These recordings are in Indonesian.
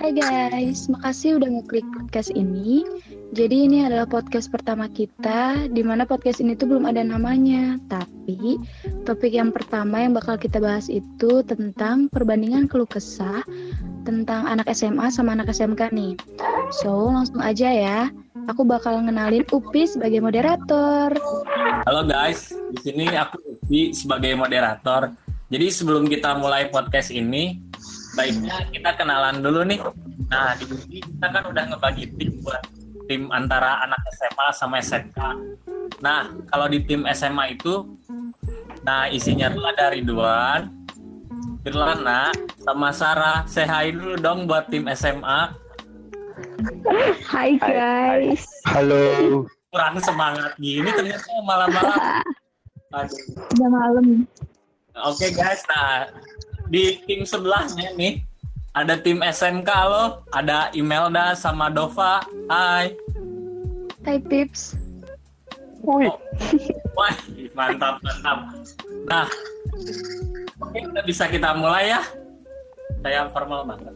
Hai guys, makasih udah ngeklik podcast ini. Jadi ini adalah podcast pertama kita, di mana podcast ini tuh belum ada namanya. Tapi topik yang pertama yang bakal kita bahas itu tentang perbandingan keluh kesah tentang anak SMA sama anak SMK nih. So langsung aja ya, aku bakal ngenalin Upi sebagai moderator. Halo guys, di sini aku Upi sebagai moderator. Jadi sebelum kita mulai podcast ini, baiknya kita kenalan dulu nih. Nah, di sini kita kan udah ngebagi tim buat tim antara anak SMA sama SMK. Nah, kalau di tim SMA itu, nah isinya tuh ada Ridwan, Firlana, sama Sarah. Say hi dulu dong buat tim SMA. Hai guys. Halo. Kurang semangat gini ternyata malam-malam. Aduh. Udah malam. Oke guys, nah di tim sebelahnya nih ada tim SMK loh, ada Imelda sama Dova. Hai. Hai Pips. Oh. Wah, mantap. Nah, oke udah bisa kita mulai ya. Saya formal banget.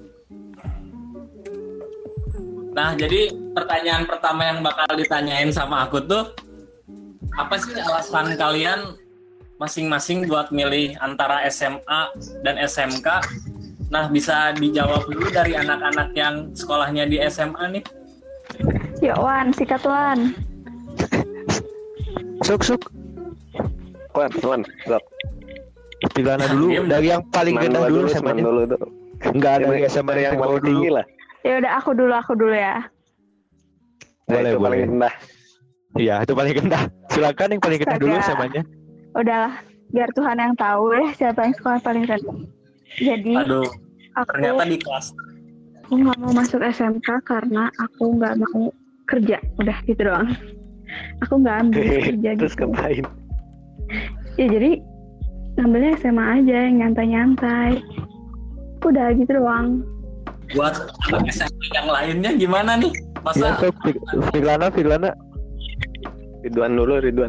Nah, jadi pertanyaan pertama yang bakal ditanyain sama aku tuh, apa sih alasan kalian masing-masing buat milih antara SMA dan SMK? Nah, bisa dijawab dulu dari anak-anak yang sekolahnya di SMA nih. Yuk Wan, sikat Wan. Suk. Wan. Pilana dulu dari yang paling rendah dulu SMA-nya. Enggak ada yang SMA yang paling tinggi lah. Ya udah aku dulu ya. Boleh. Paling rendah. Iya, itu paling rendah. Silakan yang paling rendah dulu SMA-nya. Udahlah, biar Tuhan yang tahu ya siapa yang sekolah paling rendah. Jadi Aduh, ternyata di kelas. aku nggak mau masuk SMK karena aku nggak mau kerja, udah gitu doang. Aku nggak ambil kerja gitu. Terus ngapain? Ya jadi ngambilnya SMA aja yang nyantai-nyantai. Udah gitu doang. Buat anak SMA yang lainnya gimana nih? Ya, Masa sok Firlana. Ridwan.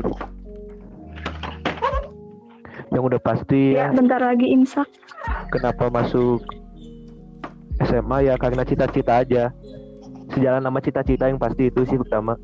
Yang udah pasti Ya bentar lagi imsak. kenapa masuk SMA ya karena cita-cita aja. Sejalan sama cita-cita yang pasti itu sih pertama.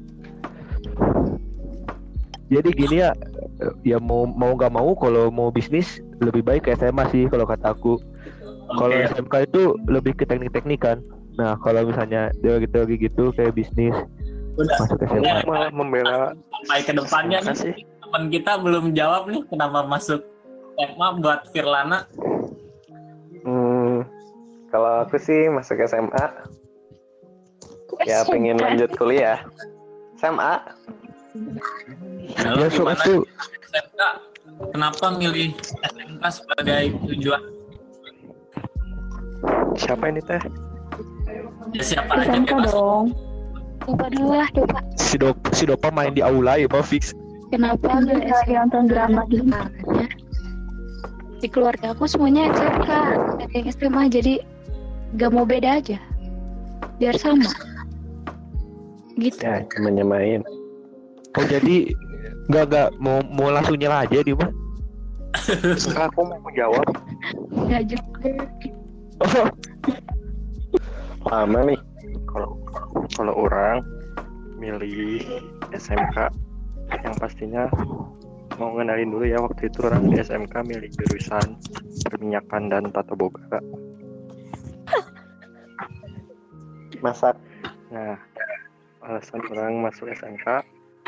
Jadi gini ya mau nggak mau kalau mau bisnis lebih baik ke SMA sih kalau kata aku. Kalau SMK itu lebih ke teknik-teknikan. Nah kalau misalnya teori gitu kayak bisnis udah masuk SMA. Malah membela sampai ke depannya nih, teman kita belum jawab nih kenapa masuk SMA buat Firlana. Kalau aku sih masuk SMA ya pengen lanjut kuliah. SMA. Lalu Ya, gimana so. SMK? Kenapa milih SMK sebagai tujuan? Siapa ini teh? Ya, siapa aja SMK bebas. dong. Coba dulu lah, coba. Si Dopa main di aula ya Pak fix. Kenapa lagi nonton drama gitu? Di keluarga aku semuanya SMK, ada yang SMA, jadi gak mau beda aja, biar sama. Gitu. Ya, nyamain. Oh jadi nggak mau langsung nyala aja dia mah. Enggak, aku mau jawab. Gak juga. Oh, Lama nih. Kalau orang milih SMK yang pastinya mau ngenalin dulu ya, waktu itu orang di SMK milih jurusan perminyakan dan tata boga. Masak. Nah, alasan orang masuk SMK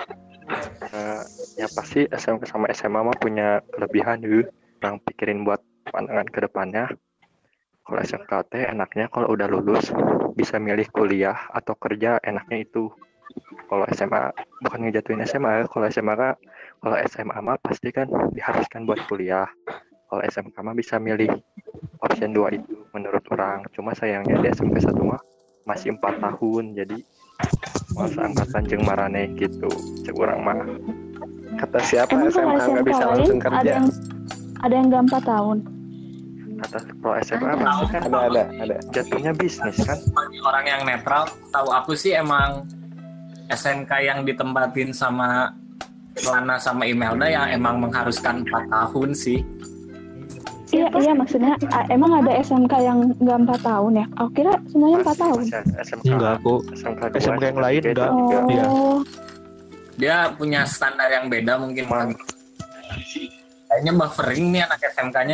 ya pasti SMK sama SMA mah punya kelebihan yuk. Orang pikirin buat pandangan ke depannya. Kalau SMK teh enaknya kalau udah lulus bisa milih kuliah atau kerja, enaknya itu. Kalau SMA bukan ngejatuhin SMA, kalau SMA mah pasti kan diharuskan buat kuliah. Kalau SMK mah bisa milih option 2 itu menurut orang. Cuma sayangnya di SMK 1 mah masih 4 tahun, jadi masa angkatan jeung marane gitu. Cek orang mah. Kata siapa Emang SMA kalau nggak bisa SMK langsung lain kerja? ada yang gak 4 tahun. Kata kalau SMA pasti kan ada. Jatuhnya bisnis kan. Bagi orang yang netral, tahu aku sih emang SMK yang ditempatin sama Lana sama Imelda yang emang mengharuskan 4 tahun sih. Iya maksudnya emang ada SMK yang nggak 4 tahun ya? Aku kira semuanya 4 tahun. SMK. Enggak, aku SMK, SMK yang lain enggak. Oh, Iya. Dia punya standar yang beda mungkin. Kayaknya buffering nih anak SMK-nya.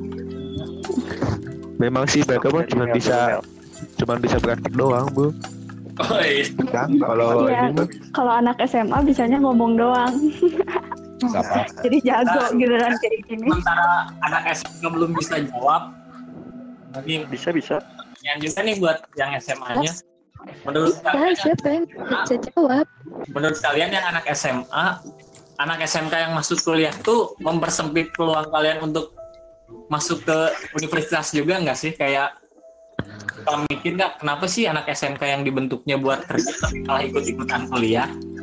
Memang sih mereka mah cuma bisa praktek doang, Bu. Oh iya. Kan kalau iya. ini mah Kalau anak SMA bisanya ngomong doang. Nggak apa-apa. Jadi jago giliran kayak gini. Sementara anak SMK belum bisa jawab. Tapi bisa. yang juga nih buat yang SMA-nya. Menurut Guys, siapa yang bisa jawab? menurut kalian yang anak SMA, anak SMK yang masuk kuliah tuh mempersempit peluang kalian untuk masuk ke universitas juga nggak sih? Kayak suka mikir nggak kenapa sih anak SMK yang dibentuknya buat kerja tapi malah ikut-ikutan kuliah?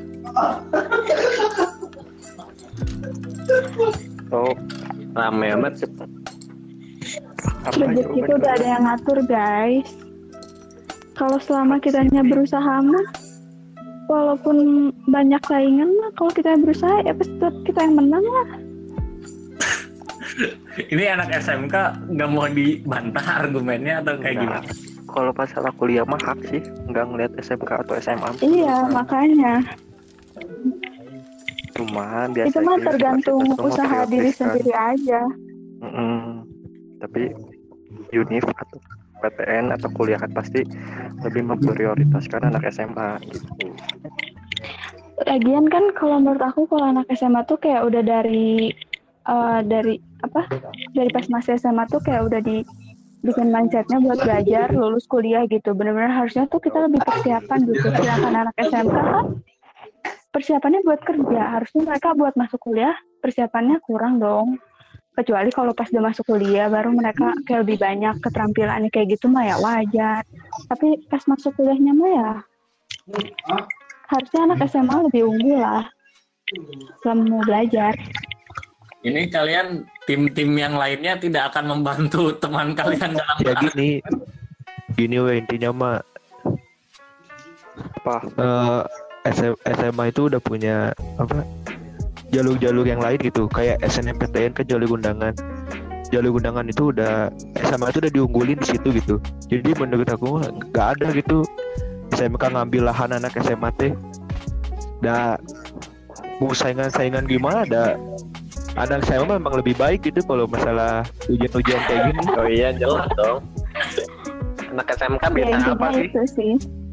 Oh, Rame amat. cepat. Rezeki itu udah ada yang ngatur, guys. Kalau selama kitanya berusaha mah, walaupun banyak saingan mah, kalau kita yang berusaha ya pasti kita yang menang lah. Ini anak SMK nggak mau dibantah argumennya atau kayak gimana? Kalau masalah kuliah mah hak sih, nggak ngeliat SMK atau SMA. Iya, makanya. Cuma biasanya Itu mah tergantung usaha diri sendiri aja. Tapi univ atau PTN atau kuliah kan pasti lebih memprioritaskan anak SMA gitu. Lagian kan kalau menurut aku kalau anak SMA tuh kayak udah dari pas masih SMA tuh kayak udah bikin mindsetnya buat belajar, lulus kuliah gitu. Benar-benar harusnya tuh kita lebih persiapan gitu. Sedangkan anak SMK kan persiapannya buat kerja. Harusnya mereka buat masuk kuliah persiapannya kurang dong. Kecuali kalau pas udah masuk kuliah baru mereka kayak lebih banyak keterampilannya kayak gitu mah ya wajar. Tapi pas masuk kuliahnya mah ya harusnya anak SMA lebih unggul lah selama mau belajar. Ini kalian tim-tim yang lainnya tidak akan membantu teman kalian dalam ya gini weh intinya mah Apa? SMA itu udah punya apa jalur-jalur yang lain gitu kayak SNMPTN ke jalur undangan itu udah SMA itu udah diunggulin di situ gitu. Jadi menurut aku nggak ada gitu SMK ngambil lahan anak SMA teh. Dah mau saingan gimana ada anak SMA memang lebih baik gitu kalau masalah ujian kayak gini. Oh iya jelas dong. Anak SMK bisa apa sih? Itu sih.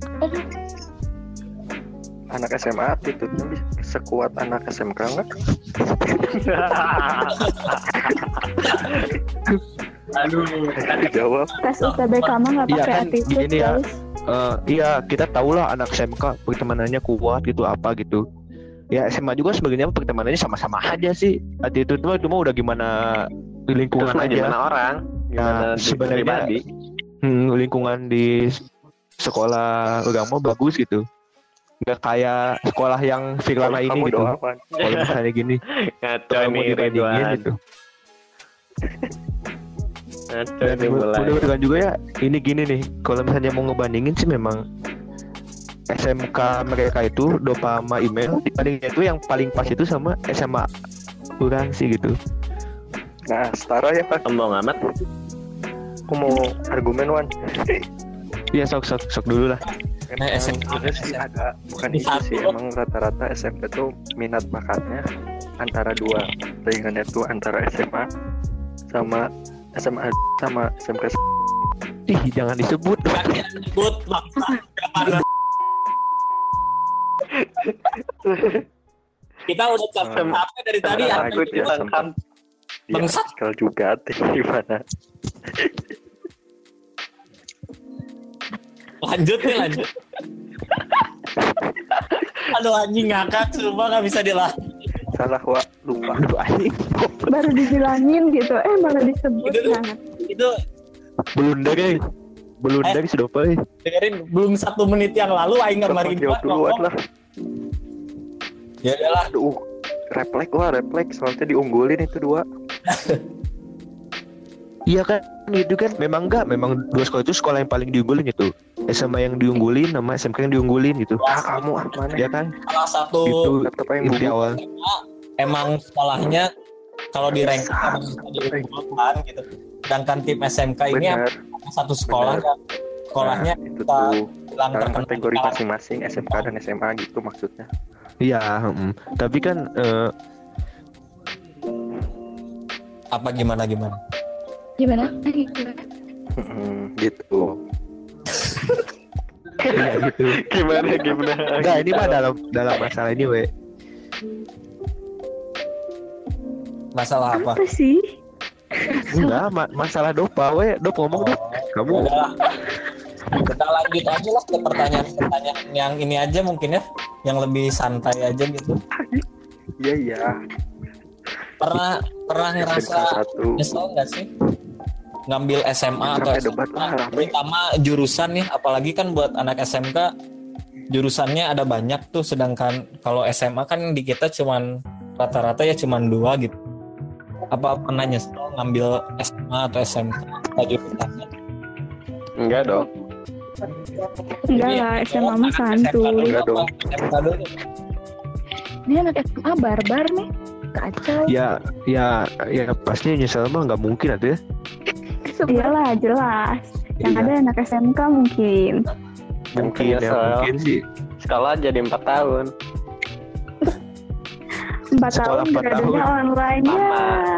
Anak SMA attitude-nya bisa sekuat anak SMK nggak? Aduh, Jawab. Tes UTBK mah nggak Iya pakai kan, attitude gini ya. guys. Iya kita tahu lah anak SMK pertemanannya kuat gitu apa gitu. Ya SMA juga sebenarnya pertemanannya sama-sama aja sih. Attitude itu cuma udah gimana di lingkungan Terus aja. gimana orang? Gimana sebenarnya pribadi? Lingkungan di sekolah agama bagus gitu. Nggak kayak sekolah yang Firlana ini gitu. Kalau misalnya gini, Ngaco kalau mau nih dibandingin Ridwan. gitu. Ngaco Dan nih mulai. menurut juga ya ini gini nih. Kalau misalnya mau ngebandingin sih memang SMK mereka itu Dopa sama email dibandingnya itu yang paling pas itu sama SMA kurang sih gitu. Nah, setara ya Pak. Sombong amat. Aku mau argumen Wan. Iya sok dulu lah. SMP sih ada bukan itu sih emang rata-rata SMP tuh minat bakatnya antara dua saingannya tuh antara SMA sama SMA sama SMK. Ih jangan disebut. Sebut kita udah capek dari tadi ya. Aku dia sempat dia Bangsat. sekal juga gimana. Lanjut. Aduh anjing ngakak, sumpah nggak bisa dilah. Salah Wak, lupa. Aduh anjing. Baru dibilangin gitu, malah disebut Itu- banget. Itu Blunder si Dopa. dengerin belum 1 menit yang lalu aing kemarin Jawab duluan lah. Ya udahlah. Aduh, refleks soalnya diunggulin itu dua. Iya kan itu kan memang dua sekolah itu sekolah yang paling diunggulin itu SMA yang diunggulin sama SMK yang diunggulin gitu. Kamu mana? Ya kan Salah satu itu Laptop yang inti bubuk. awal. emang sekolahnya kalau di ranking kadang bisa diunggulkan gitu. Sedangkan tim SMK ini Benar. satu sekolah kan sekolahnya Nah, itu kita tuh bilang dalam terkenal kategori kan. masing-masing SMK dan SMA gitu maksudnya. Iya, tapi kan Apa gimana? Gimana? Gitu. iya gitu. Gimana? Enggak, ini mah dalam masalah ini, we. Masalah apa? Apa sih? Enggak, masalah Dopa, we. Dop ngomong, Dop. Kamu Udah. Kita lanjut aja lah ke pertanyaan yang ini aja mungkin ya, yang lebih santai aja gitu. Iya. Pernah ngerasa satu. nyesel nggak sih ngambil SMA atau Sampai debat lah, SMK, rame. terutama jurusan nih, apalagi kan buat anak SMK jurusannya ada banyak tuh, sedangkan kalau SMA kan di kita cuman rata-rata ya cuman 2 gitu. Apa pernah nyesel ngambil SMA atau SMK atau jurusannya? Enggak dong. Enggak lah, SMA mah santuy. Enggak dong. SMK dulu. Ini anak SMA barbar nih. Kacau. ya pasti nyesel mah nggak mungkin atuh ya. Iyalah jelas. Yang Iya. ada anak SMK mungkin. Mungkin ya, Nyesel. mungkin sih. Sekolah jadi 4 tahun. 4 Sekolah tahun 4 tahun. beradanya online ya. Lama.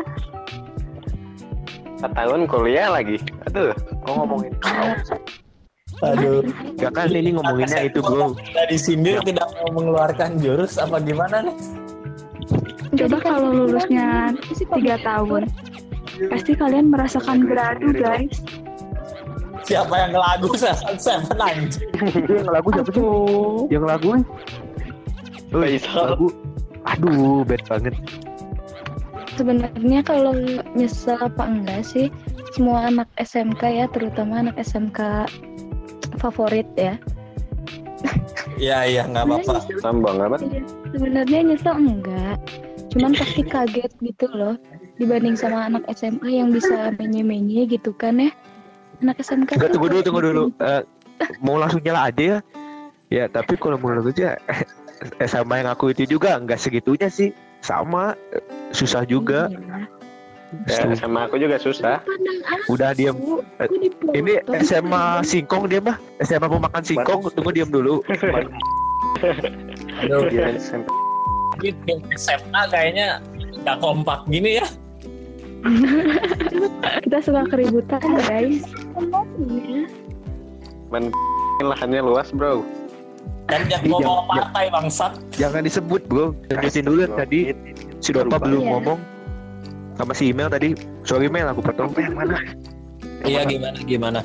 4 tahun kuliah lagi. Aduh. Kok ngomongin Aduh. Gak kan ini ngomonginnya itu, bro. Dari sindir tidak mau mengeluarkan jurus apa gimana nih? Coba kalau lulusnya 3 tahun, pasti kalian merasakan beradu guys. Siapa yang ngelagu saya anjing. Itu yang lagu siapa sih? Tuh. Yang lagu? Faisal. Lagu. Aduh, bad banget. Sebenarnya kalau nyesel apa enggak sih, semua anak SMK ya, terutama anak SMK favorit ya. Iya nggak apa-apa. Sambang apa? Sebenarnya nyesel enggak, cuman pasti kaget gitu loh dibanding sama anak SMA yang bisa menye-menye gitu kan ya. Anak SMK Enggak, tuh tunggu dulu. Mau langsung nyala aja ya? Ya, tapi kalau menurut aja SMA yang aku itu juga nggak segitunya sih. Sama, susah juga. Iya. Ya, sama aku juga susah. Pandang aku, Udah diam. aku dipotong. Ini SMA Singkong dia mah. SMA pemakan Singkong. Tunggu diam dulu. Aduh, Kirain SMP. tim SMA kayaknya nggak kompak gini ya. Kita suka keributan guys. Iya. Men lahannya luas, bro. Dan jangan ngomong partai bangsat. Jangan disebut, bro. Lanjutin dulu tadi. Si Dopa belum Iya. ngomong. Sama si email tadi. Sorry, email aku potong. Yang mana? Iya gimana?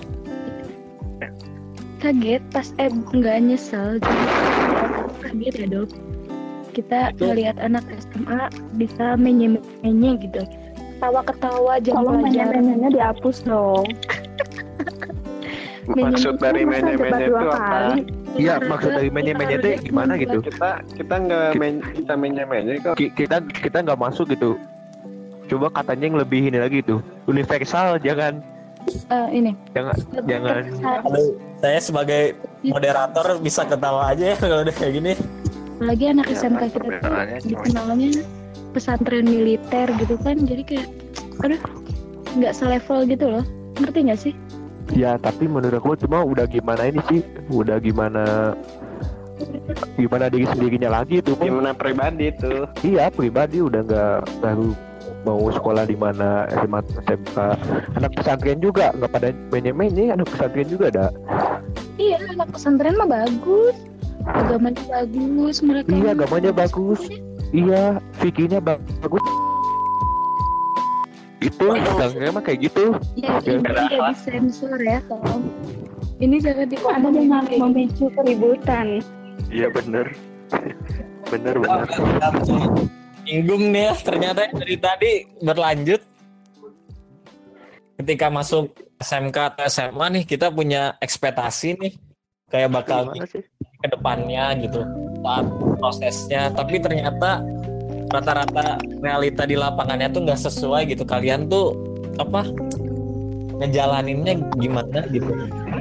Kaget pas nggak nyesel, jadi kaget ya Dok. Kita ngelihat anak SMA bisa menye-menye gitu, ketawa-ketawa jam Tolong pelajaran. menye-menye dihapus dong. Maksud dari Masa debat menye-menye itu 2 apa? kali? Iya, maksud dari menye-menye itu gimana gitu? Kita nggak kita menye-menye kok. Kita nggak masuk gitu. Coba katanya yang lebih ini lagi tuh. Universal, jangan Ini jangan. Aduh, saya sebagai moderator bisa ketawa aja ya kalau udah kayak gini. apalagi anak Ya, SMK kita tuh perbedaannya cuma dikenalnya pesantren militer gitu kan, jadi kayak aduh nggak selevel gitu loh, ngerti nggak sih? Ya, tapi menurut aku cuma udah gimana ini sih? Udah gimana diri sendirinya lagi tuh. Gimana pribadi itu? Iya, pribadi udah nggak baru mau sekolah di mana, SMA, SMK. Anak pesantren juga nggak pada menye-menye, anak pesantren juga ada. Iya, anak pesantren mah bagus, agamanya bagus, mereka Iya, agamanya bagus. Iya, fikirnya bagus. Itu pesantren mah kayak gitu. ya ini tidak disensor ya, tolong ini jangan Anda jangan memicu keributan. Iya bener. Bener. Inggung nih ya, ternyata dari tadi berlanjut. Ketika masuk SMK atau SMA nih, kita punya ekspektasi nih, kayak bakal Gimana sih? ke depannya gitu saat prosesnya, tapi ternyata rata-rata realita di lapangannya tuh nggak sesuai gitu. Kalian tuh apa ngejalaninnya gimana gitu?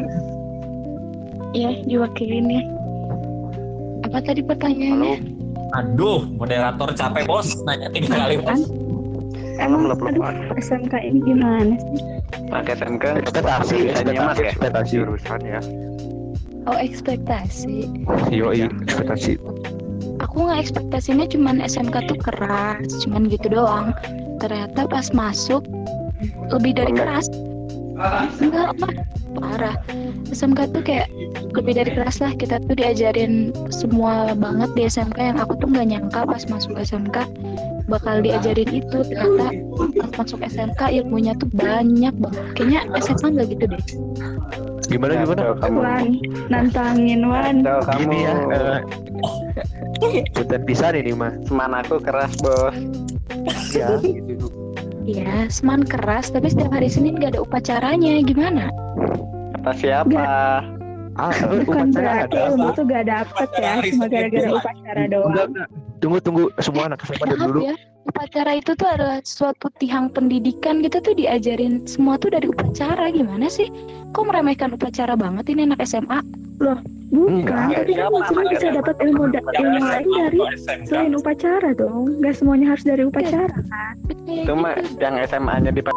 ya diwakilin ya. Apa tadi pertanyaannya? Halo. Aduh, moderator capek bos, nanya 3 kali bos. Emang lep-lepan. SMK ini gimana sih? Anak SMK ekspektasi Mas ya. Jurusan ya. Oh, ekspektasi. Yoi, ekspektasi. Aku nggak ekspektasinya cuman SMK tuh keras, cuman gitu doang. Ternyata pas masuk lebih dari keras. Enggak mah parah. SMK tuh kayak lebih dari keras lah. Kita tuh diajarin semua banget di SMK yang aku tuh nggak nyangka pas masuk SMK bakal diajarin itu. Ternyata pas masuk SMK ilmunya tuh banyak banget. Kayaknya SMA nggak gitu deh. Gimana? Wan, nantangin Wan. Tahu kamu Gini ya, punten pisan ini mah. seman aku keras bos. Ya, gitu. Iya, seman keras, tapi setiap hari Senin gak ada upacaranya. Gimana? Kata siapa? Bukan Upacara berarti ada. ilmu tuh gak dapet ya, cuma gara-gara upacara doang. Enggak. Tunggu semua anak SMA dari Maaf dulu. ya, upacara itu tuh adalah suatu tiang pendidikan. Kita tuh diajarin semua tuh dari upacara. Gimana sih? Kok meremehkan upacara banget ini anak SMA? Bukan, Enggak. tapi kan maksudnya bisa dapat ilmu lain dari selain upacara dong. Gak semuanya harus dari upacara kan. Itu mah yang SMA-nya di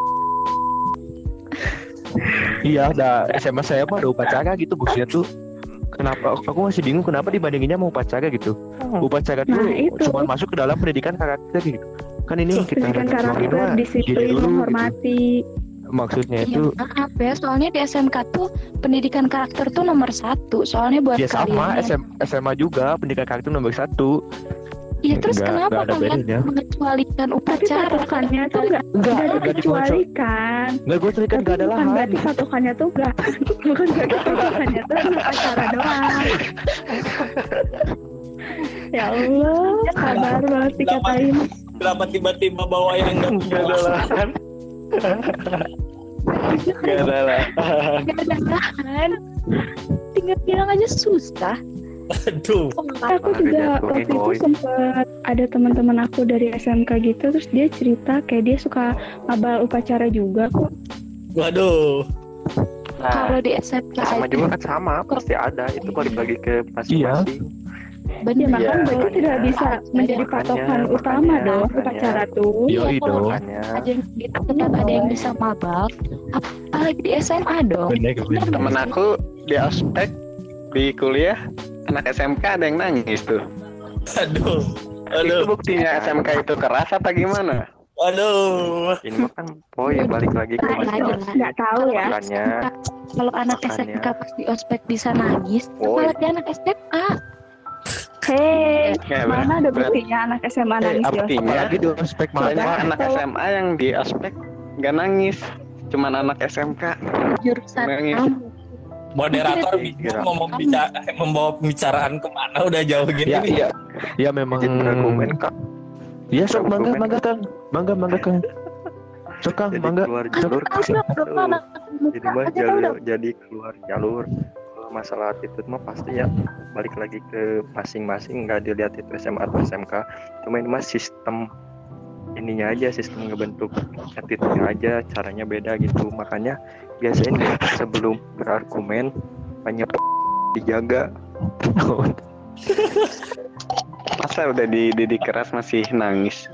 Iya, ada SMA saya mah ada upacara gitu maksudnya tuh. Kenapa aku masih bingung kenapa dibandinginnya mau upacara gitu. Upacara tuh Nah, itu. cuma masuk ke dalam pendidikan karakter gitu. Kan ini kita Pendidikan ngomongin karakter, mah disiplin, gini dulu, menghormati. gitu. Maksudnya Ya, itu maaf ya, soalnya di SMK tuh pendidikan karakter tuh nomor 1. Soalnya buat ya sama kalian yang- SMA juga pendidikan karakter nomor 1. Iya, terus Nggak kenapa ada kalian bedanya. mengecualikan Tapi upacara? patokannya tuh gak dikecualikan. Enggak, gue tadi kan Tapi gak ada bukan lahan. berarti patokannya tuh gak bukan berarti patokannya tuh upacara doang. Ya Allah, sabar banget dikatain. Kenapa tiba-tiba bawa yang Gak ada lahan. Gak ada lahan. Gak ada lahan. Tinggal bilang aja susah. Aduh. Aku juga waktu itu sempet ada teman-teman aku dari SMK gitu, terus dia cerita kayak dia suka ngabal upacara juga kok. Waduh. Nah, Kalau di SMK Sama aja, juga kan sama, pasti ada. Itu balik lagi ke masing-masing. Ya bener. makanya Iya. berarti tidak bisa menjadi patokan utama dong upacara tuh. Yoi Iya, kalau dong. Makanya ada yang gitu, tetap ada yang bisa mabal. Apalagi di SMA dong. Bener. temen aku di ospek di kuliah anak SMK ada yang nangis tuh. Aduh. Itu Aduh. buktinya SMK itu keras apa gimana? Aduh. ini mah kan balik lagi ke masing-masing. Nggak tahu ya. Makanya Kalau anak Makanya. SMK pas di ospek bisa nangis, Woi. apalagi anak SMA. Hei, Ya, mana ada buktinya anak SMA nangis di buktinya Apalagi di ospek banyak malah. anak SMA yang di ospek nggak nangis, cuman anak SMK Jurusan Nangis. kamu. Moderator Mungkin bisa membawa pembicaraan kemana udah jauh gini Ya, nih. iya. Ya memang. Jadi berargumen Kak. Ya sok mangga Kang. Mangga Kang. Sok Kang, Jadi mangga. keluar Kan jalur. tahu anak Jadi mah jadi keluar jalur. Kalau masalah attitude mah pasti ya balik lagi ke masing-masing, nggak dilihat itu SMA atau SMK. Cuma ini mah sistem ininya aja, sistem ngebentuk attitude-nya aja, caranya beda gitu. Makanya biasanya sebelum berargumen banyak dijaga. masa udah dididik keras masih nangis.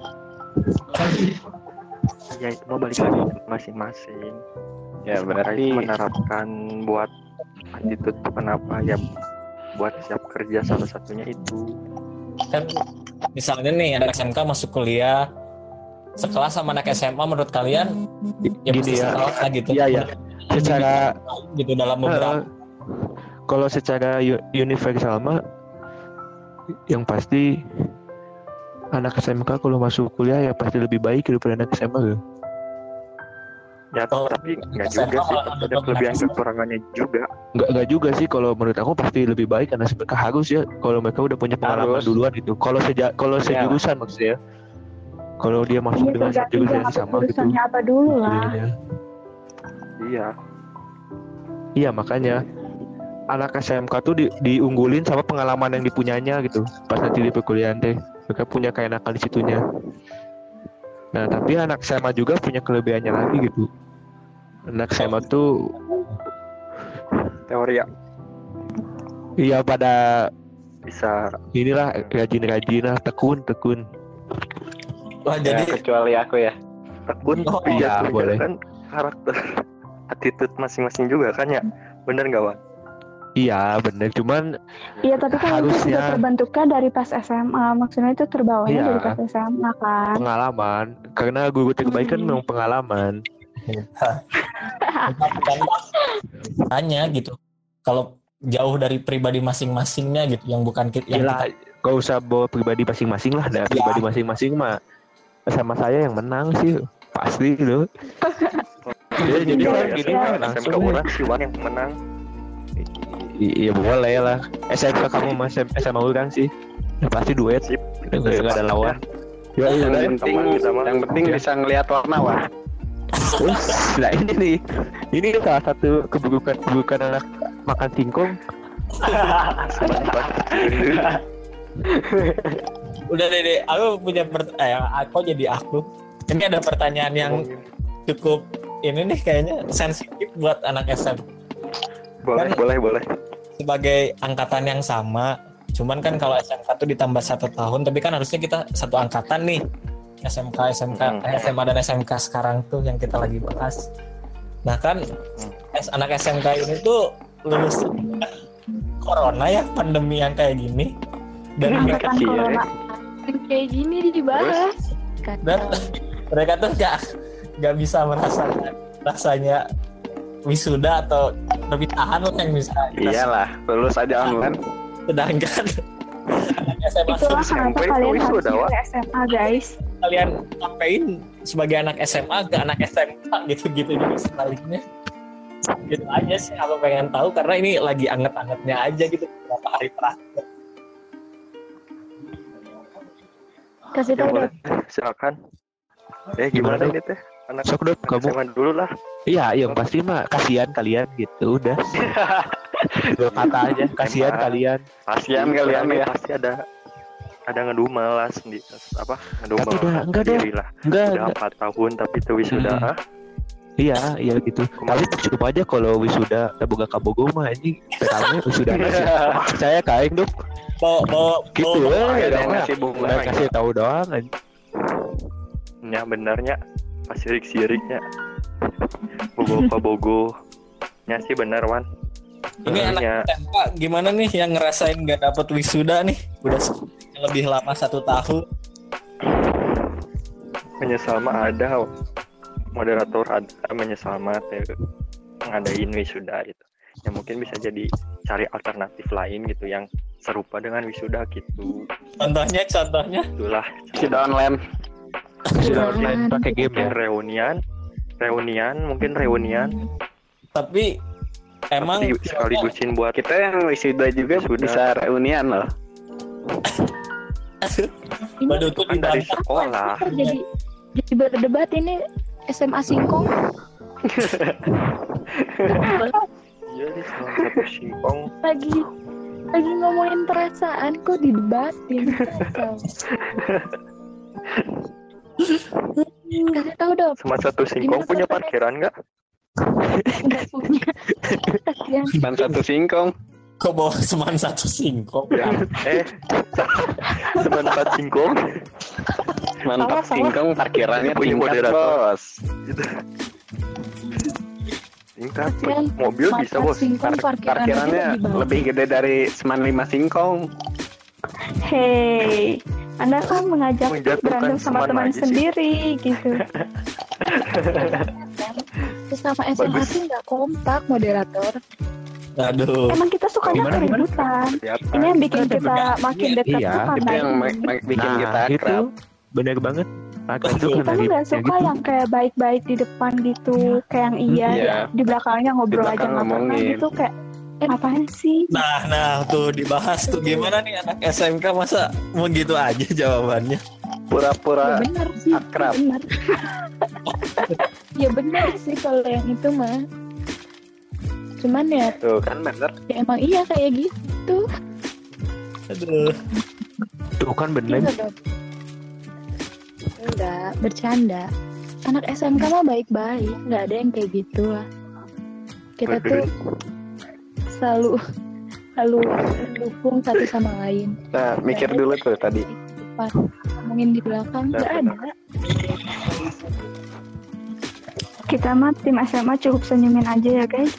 Ya itu mah balik lagi ke masing-masing. Ya Mereka berarti itu menerapkan buat attitude itu kenapa ya, buat siap kerja salah satunya itu. Kan misalnya nih anak SMK masuk kuliah sekelas sama anak SMA, menurut kalian ya Gini pasti ya. sekelas lah gitu. Iya. Secara gitu dalam beberapa kalau secara universal mah yang pasti anak SMK kalau masuk kuliah ya pasti lebih baik daripada anak SMA loh. Ya Oh, tapi nggak SMA juga sih, malah ada lebih kelebihan baik. kekurangannya juga. Enggak juga sih, kalau menurut aku pasti lebih baik karena mereka harus ya, kalau mereka udah punya pengalaman Harus. duluan gitu. Kalau sejurusan maksudnya. Kalau dia masuk Iya, dengan tergantung jurusan yang apa sama gitu. jurusannya apa dulu lah. kuliahnya. Iya. Iya, makanya anak SMK tuh diunggulin sama pengalaman yang dipunyanya gitu. Pas nanti di perkuliahan teh, mereka punya keenakan di situnya. Nah, tapi anak SMA juga punya kelebihannya lagi gitu. Anak SMA tuh Teori ya iya pada bisa. inilah rajin-rajin lah, tekun. Wah, ya, jadi kecuali aku ya. tekun Oh, tapi iya, jatuhnya boleh. kan karakter attitude masing-masing juga kan ya, bener nggak Wan? Iya bener, cuman Iya, tapi kan itu sudah harusnya terbentuknya dari pas SMA. Maksudnya itu terbawanya Iya. dari pas SMA kan. pengalaman, karena guru terbaik kan memang pengalaman. Tanya gitu. Kalau jauh dari pribadi masing-masingnya gitu, yang bukan yang Gila, gak usah bawa pribadi masing-masing lah. Dari pribadi masing-masing mah sama saya yang menang sih pasti loh. Ya, jadi Iya, kan iya. gini kan SMK langsung. orang si Wan yang menang. Iya boleh lah. SMK kamu sama SMA orang sih. Ya, pasti duet. Sip. Gak ada lawan. Ya, Yang udah. penting, kita mah. yang penting bisa ngelihat warna Wan. Terus, nah ini nih. Ini salah satu keburukan anak makan singkong. Udah deh, aku punya aku. Ini ada pertanyaan yang cukup ini nih kayaknya sensitif buat anak SMP. Boleh, Kan- boleh. Sebagai angkatan yang sama, cuman kan kalau SMK tuh ditambah 1 tahun, tapi kan harusnya kita satu angkatan nih. SMA dan SMK sekarang tuh yang kita lagi bahas. Nah kan anak SMK ini tuh lulus corona ya, pandemi yang kayak gini. Dan mereka, Angkatan corona. Yang kayak gini dibahas. dan mereka tuh nggak bisa merasakan rasanya wisuda atau perpisahan loh yang bisa kita Iyalah, lulus aja online. sedangkan SMA Itulah kenapa SMP itu kalian harus wisuda, Wak. ke SMA, guys. kalian ngapain sebagai anak SMA ke anak SMK gitu-gitu juga sebaliknya. Gitu aja sih aku pengen tahu karena ini lagi anget-angetnya aja gitu beberapa hari terakhir. Kasih Ya tahu boleh, dong. silakan. Gimana, Gimana Dok? ini teh? Anak Sok dong kamu. SMA dulu lah. Iya, yang pasti mah kasihan kalian gitu udah. Dua kata aja, kasihan Emang. kalian. Kasihan kalian ya. Pasti ada ngedumel lah sendiri, ngedumel Tapi udah, enggak dong. sendiri lah. Enggak, Udah 4 tahun tapi itu wisuda. Hmm. ah. iya gitu. Tapi cukup aja kalau wisuda boga kabogo mah anjing. Pertama wisuda. Saya kain dong. Bawa Gitu Ada ya. yang ngasih bunga. Udah kasih tahu doang anjing. Ya benernya pas sirik-siriknya. Bogo nya sih bener Wan. ini anak Benernya. SMK gimana nih yang ngerasain nggak dapet wisuda nih udah lebih lama 1 tahun. Menyesal mah ada, moderator ada menyesal mah teh ngadain wisuda gitu. Ya mungkin bisa jadi cari alternatif lain gitu yang serupa dengan wisuda gitu. Contohnya Itulah Sudah online. Wisuda online pakai game ya. mungkin reunian tapi emang tapi sekaligusin buat Kita yang wisuda juga Wisuda. bisa reunian loh. waduh tuh kan dari dibantah. sekolah. Jadi berdebat ini SMA Singkong. Jadi salah satu singkong lagi ngomongin perasaan kok didebatin. Kasih tahu dong. sama satu singkong Gimana punya tuh, parkiran nggak? Nggak punya. Kasihan. Ban satu singkong. Kok bawa seman 1 singkong Ya, semangat singkong. Mantap Sama-sama. singkong parkirannya Punya tingkat moderator. bos. Tingkat Kasihan. mobil bisa Mata bos. Singkong Parkirannya lebih gede dari seman 5 singkong. Hey, Anda kan mengajak Menjatuhkan berantem sama teman teman lagi sih. sendiri gitu. Sama SMA sih nggak kompak moderator. aduh Emang kita suka Gimana? keributan. Ini yang bikin kita makin dekat Iya, tuh karena Itu yang ini. bikin kita itu akrab. bener banget. Akan Betul. tuh Kita karena tuh nggak suka gitu. yang kayak baik-baik di depan gitu, kayak yang iya, Iya. di belakangnya ngobrol Di aja belakang nggak pernah ngomongin. gitu kayak apaan sih? nah tuh dibahas tuh gimana nih anak SMK masa mau gitu aja jawabannya. Ya Pura-pura benar sih. akrab. Benar. Ya benar sih kalau yang itu mah. Cuman ya, Tuh kan bener. ya emang iya kayak gitu. Aduh Tuh kan bener. Enggak dong. Enggak, bercanda. Anak SMK mah baik-baik, nggak ada yang kayak gitu lah. Kita tuh selalu mendukung satu sama lain. Nah, mikir dulu tuh tadi. Pas ngomongin di belakang nggak ada. Kita mah tim SMA cukup senyumin aja ya guys.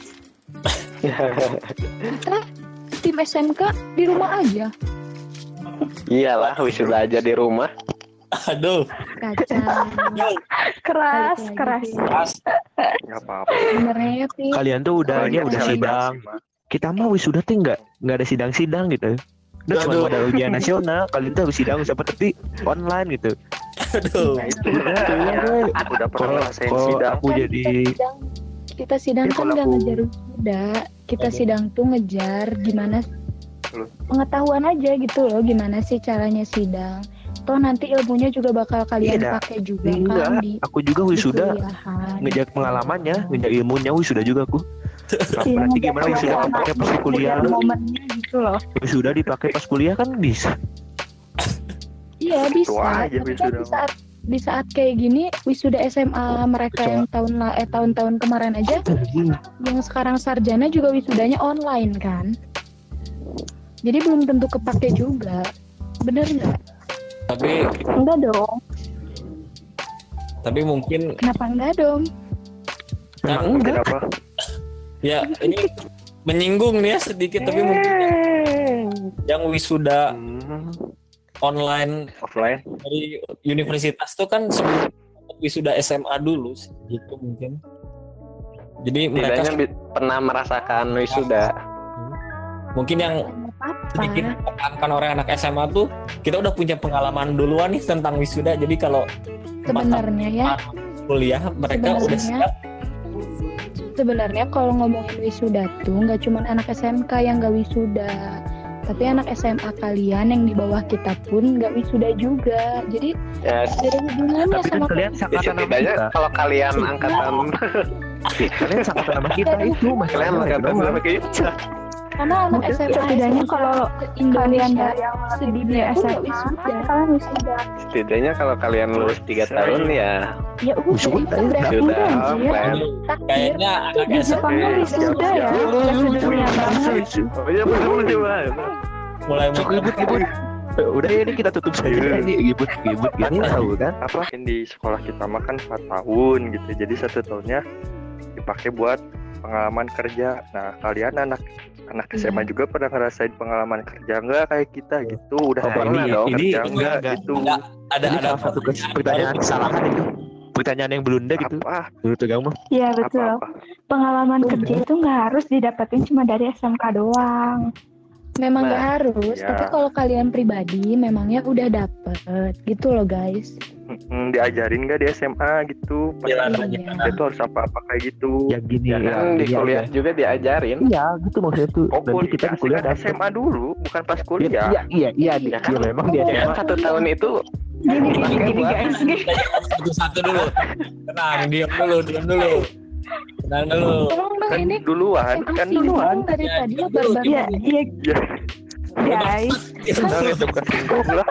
Kita tim SMK di rumah aja. Iyalah, wisuda aja di rumah. Aduh. Kacau. Keras. Nggak apa-apa. Sebenarnya sih Kalian tuh udah Selebrasi sidang. mah. Kita mah wisuda tuh nggak ada sidang-sidang gitu. Udah cuma Aduh. pada ujian nasional. Kalian tuh harus sidang siapa tapi online gitu. Aduh. Nah itu udah pernah ngerasain Kalau sidang. aku jadi kita sidang Ya, kan kalau nggak aku- ngejar wisuda. Kita sidang tuh ngejar gimana Loh. pengetahuan aja gitu loh, gimana sih caranya sidang. Toh nanti ilmunya juga bakal kalian Iya, pakai juga enggak. kan di Aku juga wisuda kuliahan. ngejar pengalamannya, ngejar ilmunya wisuda juga aku. Iya, Nanti ngejar gimana wisuda pengalaman, pakai pas kuliah? ngejar momennya gitu loh. Wisuda dipakai pas kuliah kan bisa. Iya bisa. aja Tapi kan wisuda. di saat kayak gini wisuda SMA mereka yang tahun-tahun kemarin aja, yang sekarang sarjana juga wisudanya online kan. Jadi belum tentu kepake juga. Bener nggak? Enggak dong. Tapi mungkin Kenapa enggak dong? kan Mungkin apa? ya ini menyinggung nih ya sedikit, tapi mungkin yang wisuda online Offline. dari universitas tuh kan sebelum wisuda SMA dulu gitu mungkin. Jadi mereka Setidaknya pernah merasakan wisuda. mungkin yang sedikit ditekankan oleh anak SMA tuh, kita udah punya pengalaman duluan nih tentang wisuda. Jadi kalau Sebenarnya ya, kuliah mereka udah siap. sebenarnya kalau ngomongin wisuda tuh nggak cuma anak SMK yang nggak wisuda, tapi anak SMA kalian yang di bawah kita pun nggak wisuda juga. Jadi Ya, ada hubungannya Tapi kan sama kalian sangkatan sama setidaknya kita. kalau kalian angkatan Kalian sangkatan sama kita itu kalian masalahnya. angkatan sama kita. karena anak SMA Setidaknya kalau kalian Indonesia dari yang sedih di dia tuh SMA, nggak wisuda. kalian wisuda. Setidaknya kalau kalian lulus 3 tahun ya Ya udah, Wisuda, itu berarti sudah udah anjir. plan. Takdir. Kayaknya anak Di SMA Jepang mah wisuda ya. Wisuda banget. Oh iya betul coba. mulai Ribut. Udah ini kita tutup saja ini ribut gini tahu kan? Apa? Di sekolah kita mah kan 4 tahun gitu. Jadi 1 tahunnya dipakai buat pengalaman kerja. Nah, kalian anak SMA juga pernah ngerasain pengalaman kerja nggak kayak kita gitu? Udah Oh, pernah ini- dong ini kerja enggak. gitu? ada Ini salah satu pertanyaan kesalahan itu. Pertanyaan yang belunda gitu. Apa? Menurut kamu? Iya betul. Apa-apa? Pengalaman kerja itu nggak harus didapetin cuma dari SMK doang. Memang Nah, nggak harus, ya. tapi kalau kalian pribadi memangnya udah dapet gitu loh guys. Diajarin nggak di SMA gitu? Pas Iya, kita itu harus apa-apa kayak gitu? Ya gini Ya kan di kuliah juga diajarin. Iya, gitu maksudnya tuh. Oh, Nanti kita di kuliah kan dapet. SMA dulu, bukan pas kuliah. Iya, memang dia Ya SMA. kan 1 tahun itu Gini guys. satu dulu. Tenang, diam dulu. Tenang dulu. Tolong dong Kan ini duluan, kan duluan. dari Ya, tadi ya dulu. barbar. Iya, iya Ya, guys. tenang itu bukan singgung lah.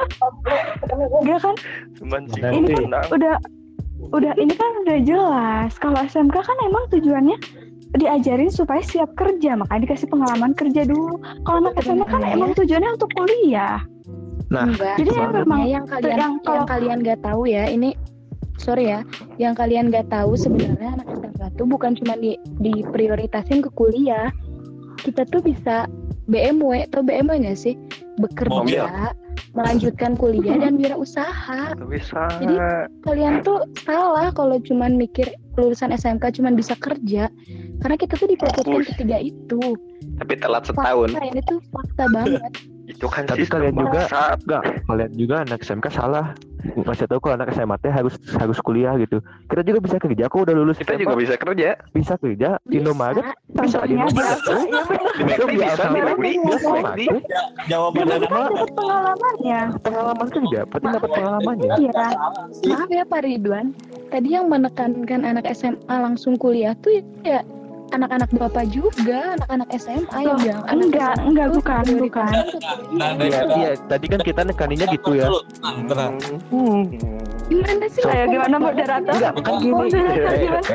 Enggak kan Cuman Ini singgung kan tenang. udah ini kan udah jelas. Kalau SMK kan emang tujuannya diajarin supaya siap kerja, makanya dikasih pengalaman kerja dulu. Kalau anak SMA kan Sebenarnya. emang tujuannya untuk kuliah. Nah, Enggak. Jadi gimana? memang yang kalian yang kalau- kalian nggak tahu ya, ini sorry ya, yang kalian nggak tahu sebenarnya anak SMK tuh bukan cuma diprioritasin ke kuliah. Kita tuh bisa BMW atau BMW nggak sih, bekerja, melanjutkan kuliah dan wirausaha. Gak bisa. Jadi, Kalian tuh salah kalau cuman mikir lulusan SMK cuman bisa kerja, karena kita tuh difokuskan Fokus. ketiga itu. tapi telat setahun. Fakta, ini tuh fakta banget. Itu kan Tapi sistem kalian juga bangsat. enggak, kalian juga anak SMK salah. Masih tahu kalau anak SMA teh harus kuliah gitu. Kita juga bisa kerja kok udah lulus Kita SMA, juga bisa kerja. bisa kerja Indomaret, bisa di Contohnya Indomaret. biasa, ya bener. Di McD bisa, di McD, McD. Jawabannya Kan dapat pengalamannya. Pengalaman kerja, berarti dapat pengalamannya. Iya. Maaf ya Pak Ridwan, tadi yang menekankan anak SMA langsung kuliah tuh ya anak-anak bapak juga, anak-anak SMA yang Loh, bilang anak enggak, SMA enggak, tuh bukan. prioritasnya ke Nah, kuliah. Iya, tadi kan kita nekaninnya gitu ya. Tenang. Gimana sih? Ayo gimana moderator? Enggak, kan gini. Moderator gimana?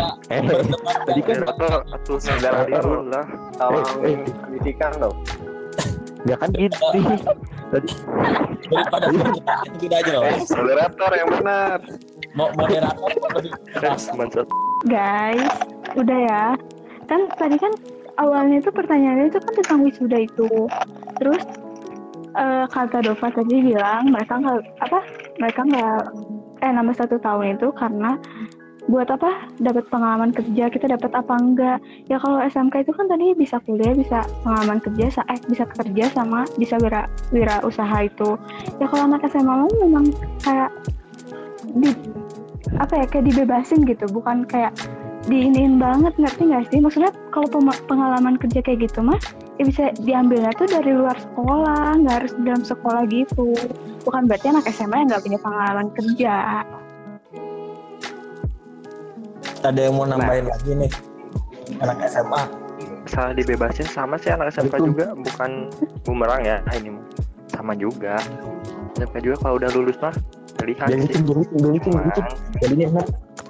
Tadi kan Atau saudara dulu lah. eh. pendidikan loh. enggak kan gitu. Tadi Daripada kita aja loh. Moderator yang benar. Moderator lebih keras. Bangsat. Guys, udah ya. Kan tadi kan awalnya itu pertanyaannya itu kan tentang wisuda itu. Terus kata Dova tadi bilang mereka nggak nambah 1 tahun itu karena buat apa? Dapat pengalaman kerja, kita dapat apa enggak? Ya kalau SMK itu kan tadi bisa kuliah, bisa pengalaman kerja, bisa kerja sama bisa wira usaha itu. Ya kalau anak SMA memang kayak kayak dibebasin gitu, bukan kayak diinin banget, ngerti nggak sih? Maksudnya kalau pengalaman kerja kayak gitu mah ya bisa diambilnya tuh dari luar sekolah, nggak harus di dalam sekolah gitu. Bukan berarti anak SMA yang nggak punya pengalaman kerja. Ada yang mau nambahin lagi nih anak SMA? Salah dibebasin sama sih anak SMK juga, bukan bumerang ya ini sama juga. SMK juga kalau udah lulus mah lihat sih. Jadinya enak.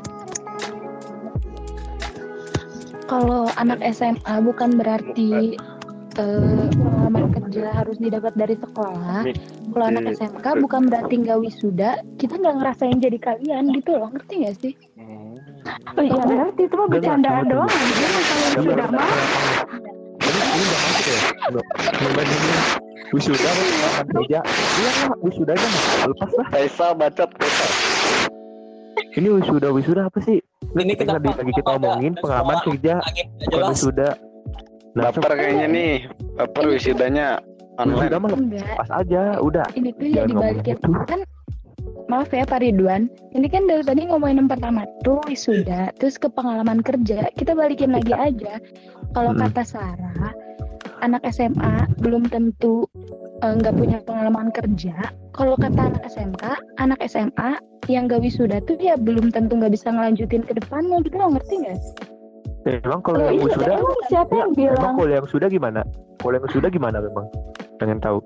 Kalau anak SMA bukan berarti pengalaman kerja harus didapat dari sekolah. Kalau anak SMK bukan berarti nggak wisuda, kita nggak ngerasain jadi kalian gitu loh, ngerti nggak sih? Oh iya berarti itu mah bercandaan doang aja kalau wisuda mah. Ini nggak masuk ya? Membandingin wisuda kan kerja. Iya lah, wisudanya lepas lah. Faisal bacot. Ini wisuda apa sih? Ini kita lagi kita omongin pengalaman kerja, bukan wisuda. Baper kayaknya nih. Baper wisudanya online. Wisuda mah pas aja, udah. Ini tuh ya dibalikin kan. Maaf ya Pak Ridwan, ini kan dari tadi ngomongin yang pertama tuh wisuda, terus ke pengalaman kerja, kita balikin lagi aja. Kalau kata Sarah, anak SMA belum tentu nggak punya pengalaman kerja. Kalau kata anak SMA yang nggak wisuda tuh ya belum tentu nggak bisa ngelanjutin ke depannya gitu loh, ngerti nggak? Emang kalau yang wisuda, siapa yang bilang? Emang kalau yang wisuda gimana? Kalau yang wisuda gimana memang? Pengen tahu.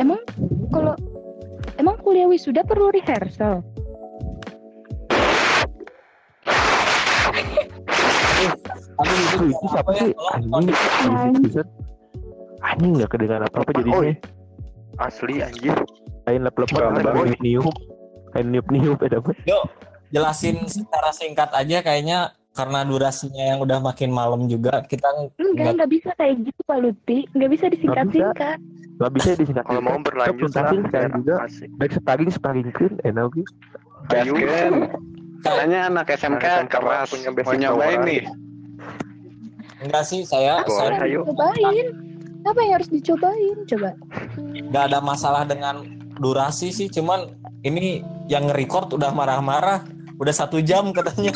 Emang kuliah wisuda perlu rehearsal? Itu siapa sih? Anjing nggak kedengaran apa jadinya. Asli anjir. Kain lep-lepan niup ada apa? Yuk, jelasin secara singkat aja kayaknya karena durasinya yang udah makin malam juga kita nggak bisa kayak gitu Pak Lutfi, nggak bisa disingkat-singkat. Nggak bisa disingkat. Kalau mau berlanjut lah juga. Baik sparring enak gitu. Gasken. Katanya anak SMK keras mau nyobain nih. Enggak sih, saya cobain. Apa yang harus dicobain? Coba. Nggak ada masalah dengan durasi sih, cuman ini yang nge-record udah marah-marah, udah 1 jam katanya.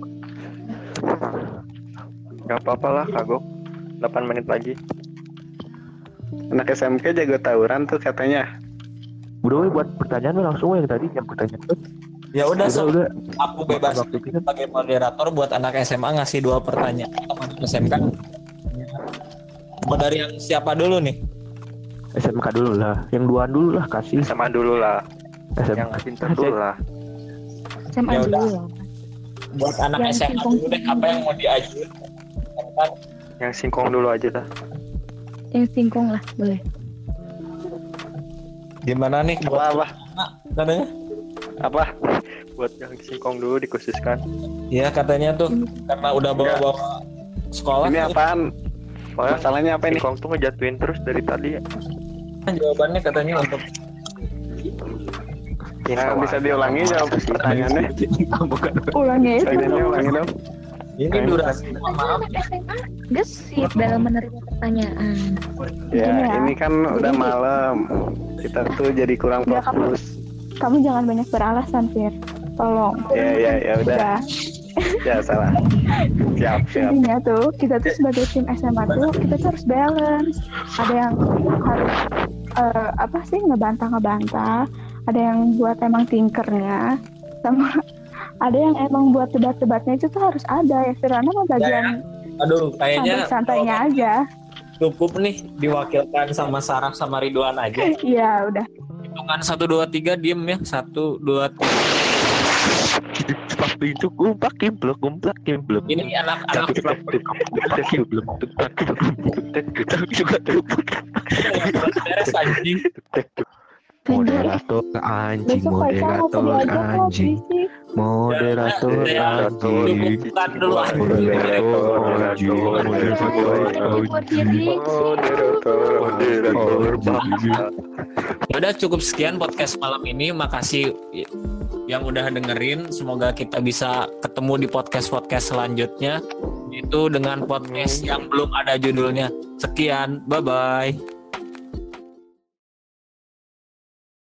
Gak apa-apa lah kagok, 8 menit lagi. Anak SMK jago tawuran tuh katanya. Udah buat pertanyaan langsung yang tadi yang pertanyaan. Ya udah. Aku Aku bebas sebagai moderator buat anak SMA ngasih 2 pertanyaan sama anak SMK. Mau dari yang siapa dulu nih? SMK dulu lah, yang 2 dulu lah kasih. SMA dulu lah. SMK. Yang pintar dulu lah. SMA dulu lah. Buat anak SMA dulu deh, apa yang mau diajuin? Yang singkong dulu aja dah. Yang singkong lah, boleh. Gimana nih? Apa? Katanya? Apa? Buat yang singkong dulu dikhususkan. Iya katanya tuh karena udah bawa sekolah. Ini apaan? Masalahnya apa ini? Singkong tuh ngejatuhin terus dari tadi ya. Jawabannya katanya untuk bisa diulangi jawab pertanyaannya. Ulangi. Pertanyaannya ulangi dong. ini durasi. Maaf. SMA gesit dalam menerima pertanyaan. Ya, ini kan udah malam. Kita tuh jadi kurang Ya, fokus. Kamu jangan banyak beralasan, Fir. Tolong. Ya udah. Ya salah. Siap. Intinya tuh kita tuh sebagai tim SMA tuh kita tuh harus balance. Ada yang harus ngebantah. Ada yang buat emang tinkernya, sama ada yang emang buat debat-debatnya itu tuh harus ada ya. Firana mah bagian. Aduh, kayaknya santainya aja. Cukup nih diwakilkan sama Sarah sama Ridwan aja. Iya udah. Hitungan 1 2 3 diem ya. 1 2 3. Waktu itu kumplak kimpluk. Ini anak-anak beres anjing. Moderator anjing. Besok Faisal mau diajak lah berisik. Moderator anjing. Bukan dulu Ya udah cukup sekian podcast malam ini. Makasih yang udah dengerin. Semoga kita bisa ketemu di podcast-podcast selanjutnya. Itu dengan podcast yang belum ada judulnya. Sekian, bye-bye.